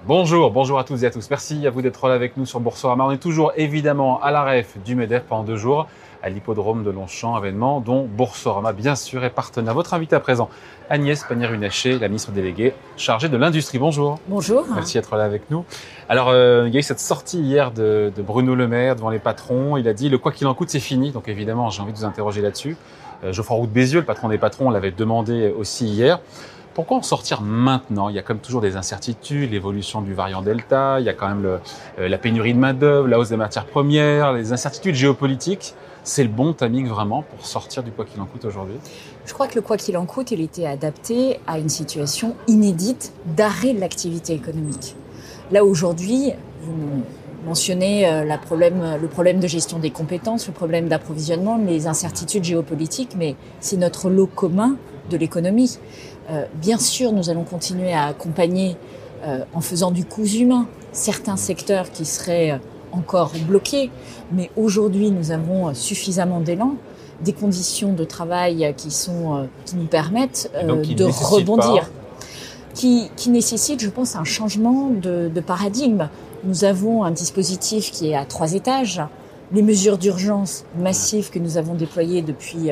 Bonjour à toutes et à tous. Merci à vous d'être là avec nous sur Boursorama. On est toujours évidemment à la REF du MEDEF pendant 2 jours à l'hippodrome de Longchamp, événement dont Boursorama, bien sûr, est partenaire. Votre invité à présent, Agnès Pannier-Runacher, la ministre déléguée chargée de l'industrie. Bonjour. Bonjour. Merci d'être là avec nous. Alors, il y a eu cette sortie hier de Bruno Le Maire devant les patrons. Il a dit « le quoi qu'il en coûte, c'est fini ». Donc évidemment, j'ai envie de vous interroger là-dessus. Geoffroy Roux de Bézieux, le patron des patrons, l'avait demandé aussi hier. Pourquoi en sortir maintenant? Il y a quand même toujours des incertitudes, l'évolution du variant Delta, il y a quand même la pénurie de main-d'œuvre, la hausse des matières premières, les incertitudes géopolitiques. C'est le bon timing vraiment pour sortir du quoi qu'il en coûte aujourd'hui? Je crois que le quoi qu'il en coûte, il était adapté à une situation inédite d'arrêt de l'activité économique. Là aujourd'hui, vous mentionnez le problème de gestion des compétences, le problème d'approvisionnement, les incertitudes géopolitiques, mais c'est notre lot commun de l'économie. Bien sûr, nous allons continuer à accompagner en faisant du coût humain certains secteurs qui seraient encore bloqués, mais aujourd'hui nous avons suffisamment d'élan, des conditions de travail qui nous permettent de rebondir, qui nécessitent, je pense, un changement de paradigme. Nous avons un dispositif qui est à 3 étages. Les mesures d'urgence massives que nous avons déployées depuis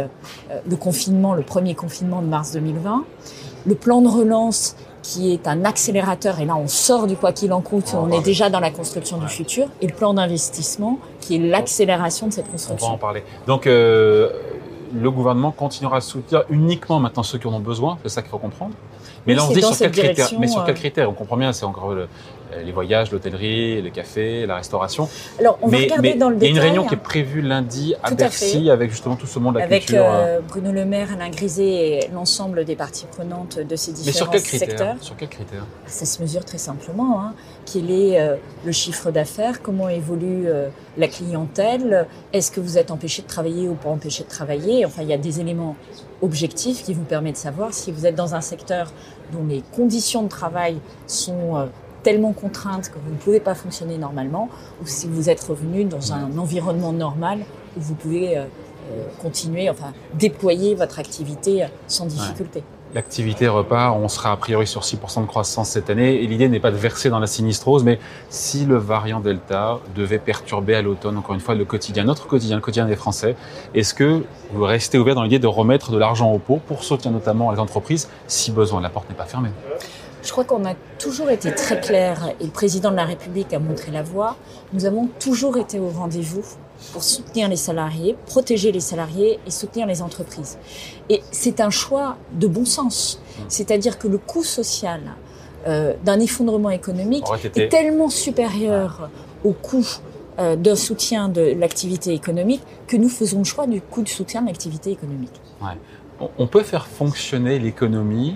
le premier confinement de mars 2020, le plan de relance qui est un accélérateur, et là on sort du quoi qu'il en coûte, on est déjà dans la construction du futur, et le plan d'investissement qui est l'accélération de cette construction. On va en parler. Donc le gouvernement continuera à soutenir uniquement maintenant ceux qui en ont besoin, c'est ça qu'il faut comprendre. Mais là on se dit sur quels critères? Mais sur quels critères? On comprend bien, c'est encore les voyages, l'hôtellerie, les cafés, la restauration. Alors, on va regarder dans le détail. Il y a une réunion qui est prévue lundi à Bercy avec justement tout ce monde de la culture. Avec Bruno Le Maire, Alain Griset et l'ensemble des parties prenantes de ces différents secteurs. Sur quels critères? Ça se mesure très simplement. Quel est le chiffre d'affaires? Comment évolue la clientèle? Est-ce que vous êtes empêché de travailler ou pas empêché de travailler? Enfin, il y a des éléments objectifs qui vous permettent de savoir si vous êtes dans un secteur dont les conditions de travail sont tellement contraintes que vous ne pouvez pas fonctionner normalement, ou si vous êtes revenu dans un environnement normal où vous pouvez continuer, déployer votre activité sans difficulté. Ouais. L'activité repart, on sera a priori sur 6% de croissance cette année, et l'idée n'est pas de verser dans la sinistrose, mais si le variant Delta devait perturber à l'automne, encore une fois, notre quotidien, le quotidien des Français, est-ce que vous restez ouvert dans l'idée de remettre de l'argent au pot pour soutenir notamment les entreprises, si besoin? La porte n'est pas fermée. Je crois qu'on a toujours été très clair, et le président de la République a montré la voie. Nous avons toujours été au rendez-vous pour soutenir les salariés, protéger les salariés et soutenir les entreprises. Et c'est un choix de bon sens. C'est-à-dire que le coût social d'un effondrement économique est tellement supérieur au coût d'un soutien de l'activité économique que nous faisons le choix du coût de soutien de l'activité économique. Ouais. On peut faire fonctionner l'économie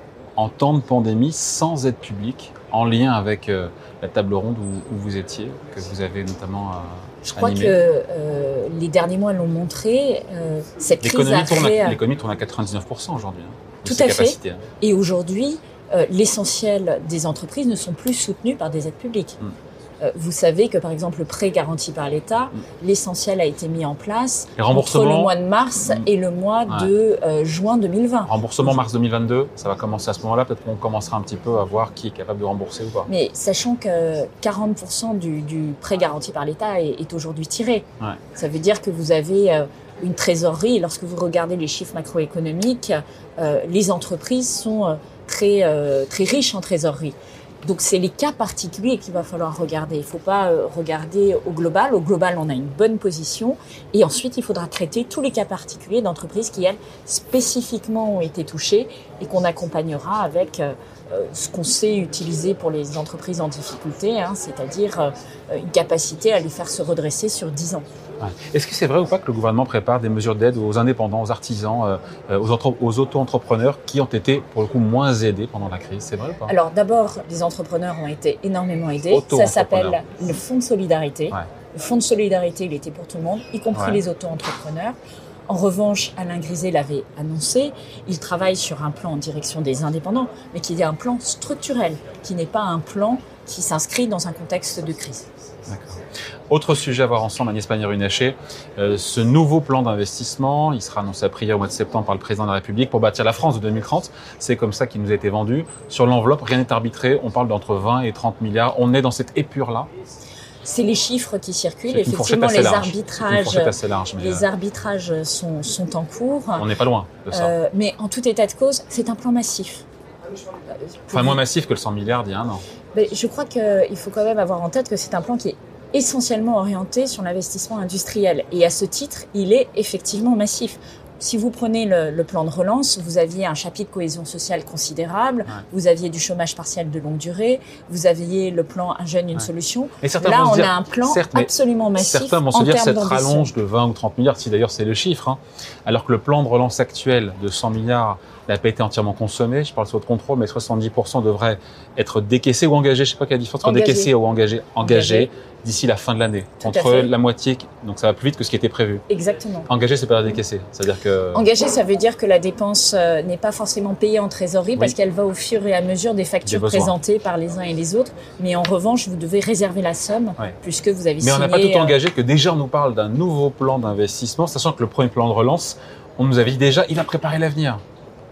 en temps de pandémie sans aide publique, en lien avec la table ronde où vous étiez, que vous avez notamment Je crois que les derniers mois l'ont montré. Cette crise l'économie tourne à 99% aujourd'hui. Tout à fait. Et aujourd'hui, l'essentiel des entreprises ne sont plus soutenues par des aides publiques. Vous savez que, par exemple, le prêt garanti par l'État, l'essentiel a été mis en place entre le mois de mars et le mois de juin 2020. Remboursement mars 2022, ça va commencer à ce moment-là. Peut-être qu'on commencera un petit peu à voir qui est capable de rembourser ou pas. Mais sachant que 40% du prêt garanti par l'État est aujourd'hui tiré. Ouais. Ça veut dire que vous avez une trésorerie. Et lorsque vous regardez les chiffres macroéconomiques, les entreprises sont très riches en trésorerie. Donc, c'est les cas particuliers qu'il va falloir regarder. Il ne faut pas regarder au global. Au global, on a une bonne position. Et ensuite, il faudra traiter tous les cas particuliers d'entreprises qui, elles, spécifiquement ont été touchées et qu'on accompagnera avec ce qu'on sait utiliser pour les entreprises en difficulté, c'est-à-dire une capacité à les faire se redresser sur 10 ans. Ouais. Est-ce que c'est vrai ou pas que le gouvernement prépare des mesures d'aide aux indépendants, aux artisans, aux auto-entrepreneurs qui ont été, pour le coup, moins aidés pendant la crise? C'est vrai ou pas? Alors d'abord, les entrepreneurs ont été énormément aidés. Ça s'appelle le fonds de solidarité. Ouais. Le fonds de solidarité, il était pour tout le monde, y compris les auto-entrepreneurs. En revanche, Alain Griset l'avait annoncé, il travaille sur un plan en direction des indépendants, mais qui est un plan structurel, qui n'est pas un plan qui s'inscrit dans un contexte de crise. D'accord. Autre sujet à voir ensemble, Agnès Pannier-Runacher, ce nouveau plan d'investissement, il sera annoncé après hier au mois de septembre par le président de la République pour bâtir la France de 2030. C'est comme ça qu'il nous a été vendu. Sur l'enveloppe, rien n'est arbitré. On parle d'entre 20 et 30 milliards. On est dans cette épure-là. C'est les chiffres qui circulent. C'est une effectivement, assez large. Les arbitrages sont en cours. On n'est pas loin de ça. Mais en tout état de cause, c'est un plan massif. Enfin, moins massif que le 100 milliards d'il y a un an. Mais je crois qu'il faut quand même avoir en tête que c'est un plan qui est essentiellement orienté sur l'investissement industriel. Et à ce titre, il est effectivement massif. Si vous prenez le plan de relance, vous aviez un chapitre cohésion sociale considérable, vous aviez du chômage partiel de longue durée, vous aviez le plan Un jeune, une solution. Là, on a un plan absolument massif. Certains vont se dire cette rallonge de 20 ou 30 milliards, si d'ailleurs c'est le chiffre, alors que le plan de relance actuel de 100 milliards n'a pas été entièrement consommé. Je parle sous votre contrôle, mais 70% devrait être décaissé ou engagé. Je ne sais pas quelle différence entre décaissé ou engagé d'ici la fin de l'année. Contre la moitié, donc ça va plus vite que ce qui était prévu. Exactement. Engagé, c'est pas décaissé. C'est-à-dire que... Engagé, ça veut dire que la dépense n'est pas forcément payée en trésorerie parce qu'elle va au fur et à mesure des factures présentées par les uns et les autres. Mais en revanche, vous devez réserver la somme puisque vous avez signé... Mais on n'a pas tout engagé, que déjà on nous parle d'un nouveau plan d'investissement, sachant que le premier plan de relance, on nous avait dit déjà, il va préparer l'avenir.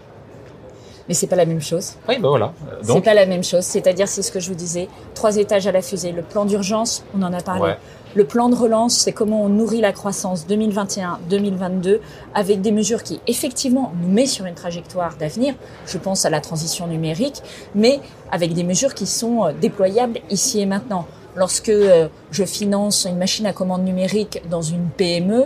Mais c'est pas la même chose. Oui, ben voilà. C'est pas la même chose. C'est-à-dire, c'est ce que je vous disais, 3 étages à la fusée. Le plan d'urgence, on en a parlé. Ouais. Le plan de relance, c'est comment on nourrit la croissance 2021-2022 avec des mesures qui, effectivement, nous met sur une trajectoire d'avenir. Je pense à la transition numérique, mais avec des mesures qui sont déployables ici et maintenant. Lorsque je finance une machine à commande numérique dans une PME,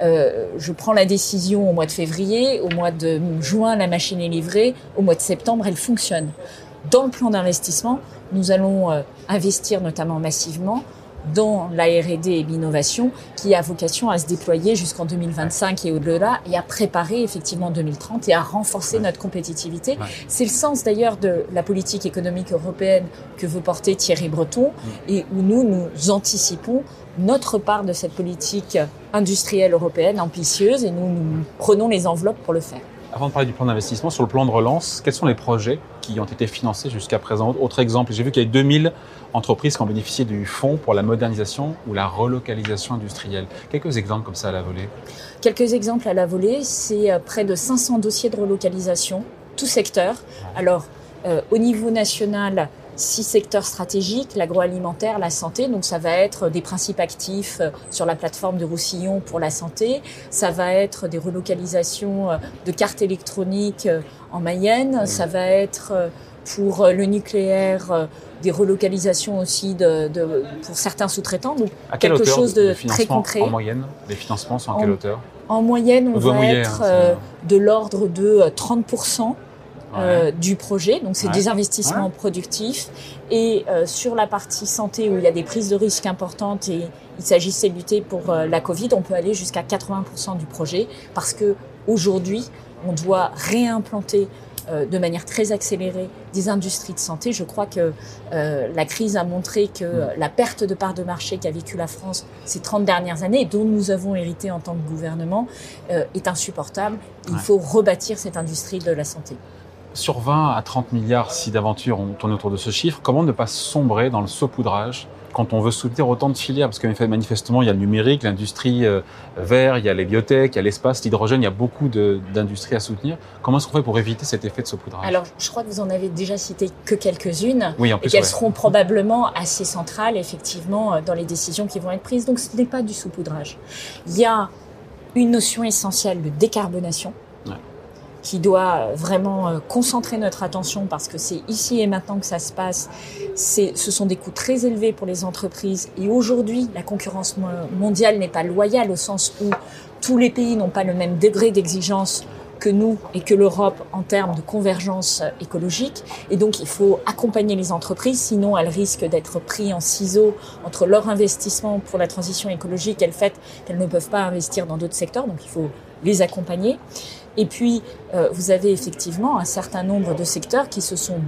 je prends la décision au mois de février, au mois de juin, la machine est livrée, au mois de septembre, elle fonctionne. Dans le plan d'investissement, nous allons investir notamment massivement dans la R&D et l'innovation qui a vocation à se déployer jusqu'en 2025 et au-delà et à préparer effectivement 2030 et à renforcer notre compétitivité. C'est le sens d'ailleurs de la politique économique européenne que veut porter Thierry Breton et où nous anticipons notre part de cette politique industrielle européenne ambitieuse et nous prenons les enveloppes pour le faire. Avant de parler du plan d'investissement, sur le plan de relance, quels sont les projets qui ont été financés jusqu'à présent? Autre exemple, j'ai vu qu'il y a 2000 entreprises qui ont bénéficié du fonds pour la modernisation ou la relocalisation industrielle. Quelques exemples comme ça à la volée. Quelques exemples à la volée, c'est près de 500 dossiers de relocalisation, tout secteur. Alors, au niveau national, 6 secteurs stratégiques, l'agroalimentaire, la santé. Donc, ça va être des principes actifs sur la plateforme de Roussillon pour la santé. Ça va être des relocalisations de cartes électroniques en Mayenne. Ça va être pour le nucléaire des relocalisations aussi pour certains sous-traitants. Donc, à quelle quelque hauteur chose de très concret. En moyenne, les financements sont à quelle hauteur? En moyenne, on va être de l'ordre de 30%. Du projet, donc c'est des investissements productifs et sur la partie santé où il y a des prises de risques importantes et il s'agissait de lutter pour la Covid, on peut aller jusqu'à 80% du projet parce que aujourd'hui on doit réimplanter de manière très accélérée des industries de santé. Je crois que la crise a montré que la perte de part de marché qu'a vécu la France ces 30 dernières années, et dont nous avons hérité en tant que gouvernement, est insupportable. Il faut rebâtir cette industrie de la santé. Sur 20 à 30 milliards, si d'aventure on tourne autour de ce chiffre, comment ne pas sombrer dans le saupoudrage quand on veut soutenir autant de filières? Parce que manifestement, il y a le numérique, l'industrie verte, il y a les biotech, il y a l'espace, l'hydrogène, il y a beaucoup d'industries à soutenir. Comment est-ce qu'on fait pour éviter cet effet de saupoudrage? Alors, je crois que vous en avez déjà cité que quelques-unes, oui, en plus, et qu'elles seront probablement assez centrales, effectivement, dans les décisions qui vont être prises. Donc, ce n'est pas du saupoudrage. Il y a une notion essentielle de décarbonation, qui doit vraiment concentrer notre attention parce que c'est ici et maintenant que ça se passe. Ce sont des coûts très élevés pour les entreprises et aujourd'hui, la concurrence mondiale n'est pas loyale au sens où tous les pays n'ont pas le même degré d'exigence que nous et que l'Europe en termes de convergence écologique. Et donc, il faut accompagner les entreprises, sinon elles risquent d'être prises en ciseaux entre leur investissement pour la transition écologique et le fait qu'elles ne peuvent pas investir dans d'autres secteurs. Donc, il faut les accompagner. Et puis, vous avez effectivement un certain nombre de secteurs qui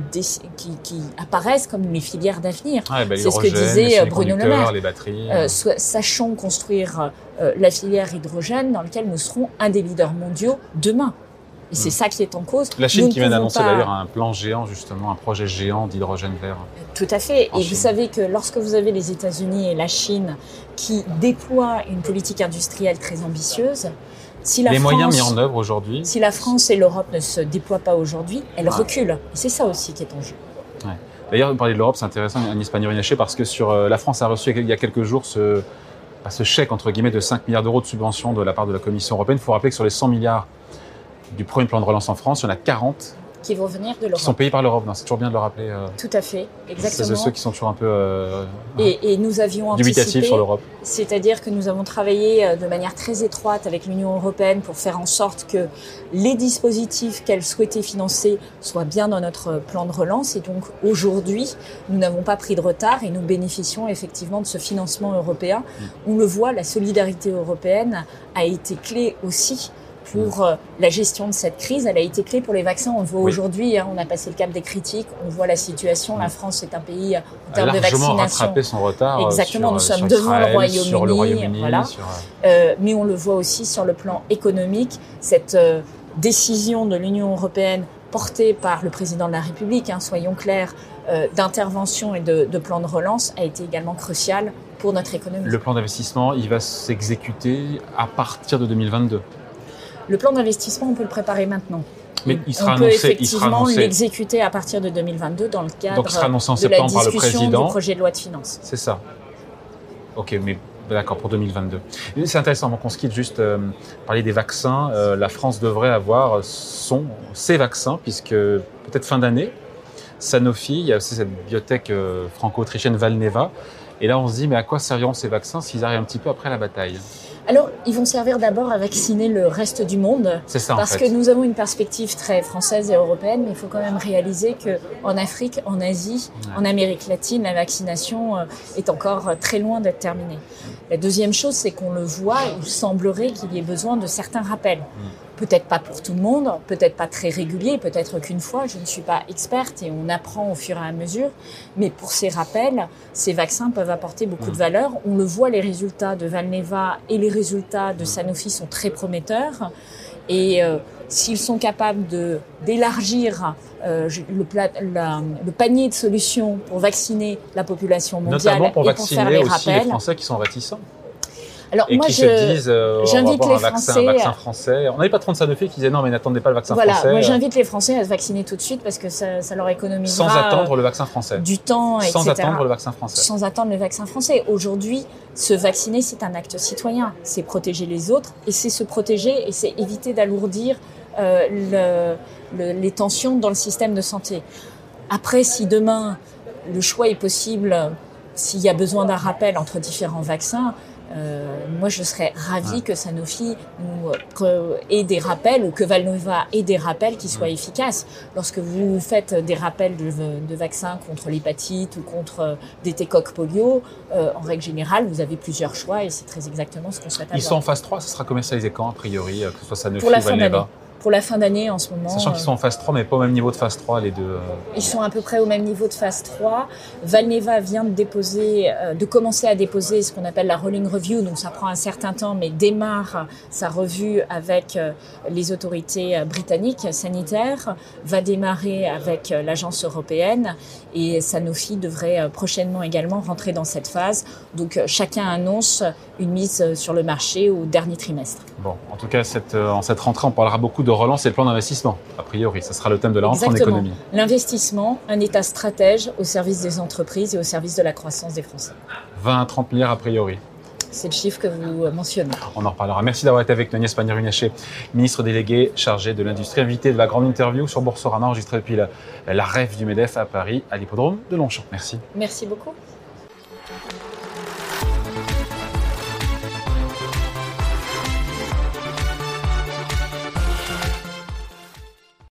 qui apparaissent comme les filières d'avenir. C'est ce que disait Bruno Le Maire. Les batteries. Sachons construire la filière hydrogène dans laquelle nous serons un des leaders mondiaux demain. Et c'est ça qui est en cause. La Chine qui vient d'annoncer d'ailleurs un plan géant, justement, un projet géant d'hydrogène vert. Tout à fait. Et vous savez que lorsque vous avez les États-Unis et la Chine qui déploient une politique industrielle très ambitieuse, moyens mis en œuvre aujourd'hui. Si la France et l'Europe ne se déploient pas aujourd'hui, elles reculent. Et c'est ça aussi qui est en jeu. Ouais. D'ailleurs, vous parlez de l'Europe, c'est intéressant, Agnès Pannier-Runacher, parce que la France a reçu il y a quelques jours ce chèque, entre guillemets, de 5 milliards d'euros de subventions de la part de la Commission européenne. Il faut rappeler que sur les 100 milliards du premier plan de relance en France, il y en a 40 qui vont venir de l'Europe. Qui sont payés par l'Europe. C'est toujours bien de le rappeler. Tout à fait, exactement. C'est ceux qui sont toujours un peu et nous avions anticipé sur l'Europe. C'est-à-dire que nous avons travaillé de manière très étroite avec l'Union européenne pour faire en sorte que les dispositifs qu'elle souhaitait financer soient bien dans notre plan de relance. Et donc aujourd'hui, nous n'avons pas pris de retard et nous bénéficions effectivement de ce financement européen. On le voit, la solidarité européenne a été clé aussi pour la gestion de cette crise. Elle a été clé pour les vaccins. On le voit aujourd'hui, on a passé le cap des critiques, on voit la situation. La France est un pays en termes de vaccination. A largement rattrapé son retard. Exactement, nous sommes devant le Royaume-Uni. Voilà. Mais on le voit aussi sur le plan économique. Cette décision de l'Union européenne portée par le président de la République, soyons clairs, d'intervention et de plan de relance a été également cruciale pour notre économie. Le plan d'investissement, il va s'exécuter à partir de 2022. Le plan d'investissement, on peut le préparer maintenant. Mais on peut effectivement l'exécuter à partir de 2022 dans le cadre Donc, il sera annoncé en de septembre la par le discussion président. Du projet de loi de finances. C'est ça. Ok, mais d'accord, pour 2022. C'est intéressant, donc on se quitte juste parler des vaccins. La France devrait avoir ses vaccins, puisque peut-être fin d'année, Sanofi, il y a aussi cette biotech franco-autrichienne Valneva. Et là, on se dit, mais à quoi serviront ces vaccins s'ils arrivent un petit peu après la bataille ? Alors, ils vont servir d'abord à vacciner le reste du monde. C'est ça, parce que nous avons une perspective très française et européenne, mais il faut quand même réaliser qu'en Afrique, en Asie, en Amérique latine, la vaccination est encore très loin d'être terminée. La deuxième chose, c'est qu'on le voit, il semblerait qu'il y ait besoin de certains rappels. Peut-être pas pour tout le monde, peut-être pas très régulier, peut-être qu'une fois, je ne suis pas experte et on apprend au fur et à mesure. Mais pour ces rappels, ces vaccins peuvent apporter beaucoup de valeur. On le voit, les résultats de Valneva et les résultats de Sanofi sont très prometteurs. Et s'ils sont capables d'élargir le panier de solutions pour vacciner la population mondiale notamment pour et pour faire les aussi rappels, les Français qui sont réticents. Alors, et moi, qui se disent, j'invite on va les avoir un vaccin Français. français. On avait pas trop de Sanofi qui disaient non, mais n'attendez pas le vaccin français. Moi, j'invite les Français à se vacciner tout de suite parce que ça leur économisera sans attendre le vaccin français. Du temps, etc. Sans attendre le vaccin français. Sans attendre le vaccin français. Aujourd'hui, se vacciner, c'est un acte citoyen. C'est protéger les autres et c'est se protéger et c'est éviter d'alourdir les tensions dans le système de santé. Après, si demain, le choix est possible, s'il y a besoin d'un rappel entre différents vaccins, moi, je serais ravie que Sanofi ait des rappels ou que Valneva ait des rappels qui soient efficaces. Lorsque vous faites des rappels de vaccins contre l'hépatite ou contre des técoques polio, en règle générale, vous avez plusieurs choix et c'est très exactement ce qu'on souhaite avoir. Ils sont en phase 3, ça sera commercialisé quand, a priori, que ce soit Sanofi ou Valneva? Pour la fin d'année en ce moment. Sachant qu'ils sont en phase 3, mais pas au même niveau de phase 3, les deux. Ils sont à peu près au même niveau de phase 3. Valneva vient de commencer à déposer ce qu'on appelle la rolling review, donc ça prend un certain temps, mais démarre sa revue avec les autorités britanniques sanitaires, va démarrer avec l'agence européenne et Sanofi devrait prochainement également rentrer dans cette phase. Donc chacun annonce une mise sur le marché au dernier trimestre. Bon, en tout cas, en cette rentrée, on parlera beaucoup de relance et le plan d'investissement, a priori. Ça sera le thème de la rentrée en économie. L'investissement, un État stratège au service des entreprises et au service de la croissance des Français. 20 à 30 milliards a priori. C'est le chiffre que vous mentionnez. On en reparlera. Merci d'avoir été avec nous, Agnès Pannier-Runacher, ministre déléguée chargée de l'industrie, invitée de la grande interview sur Boursorama, enregistrée depuis la REF du MEDEF à Paris, à l'hippodrome de Longchamp. Merci. Merci beaucoup.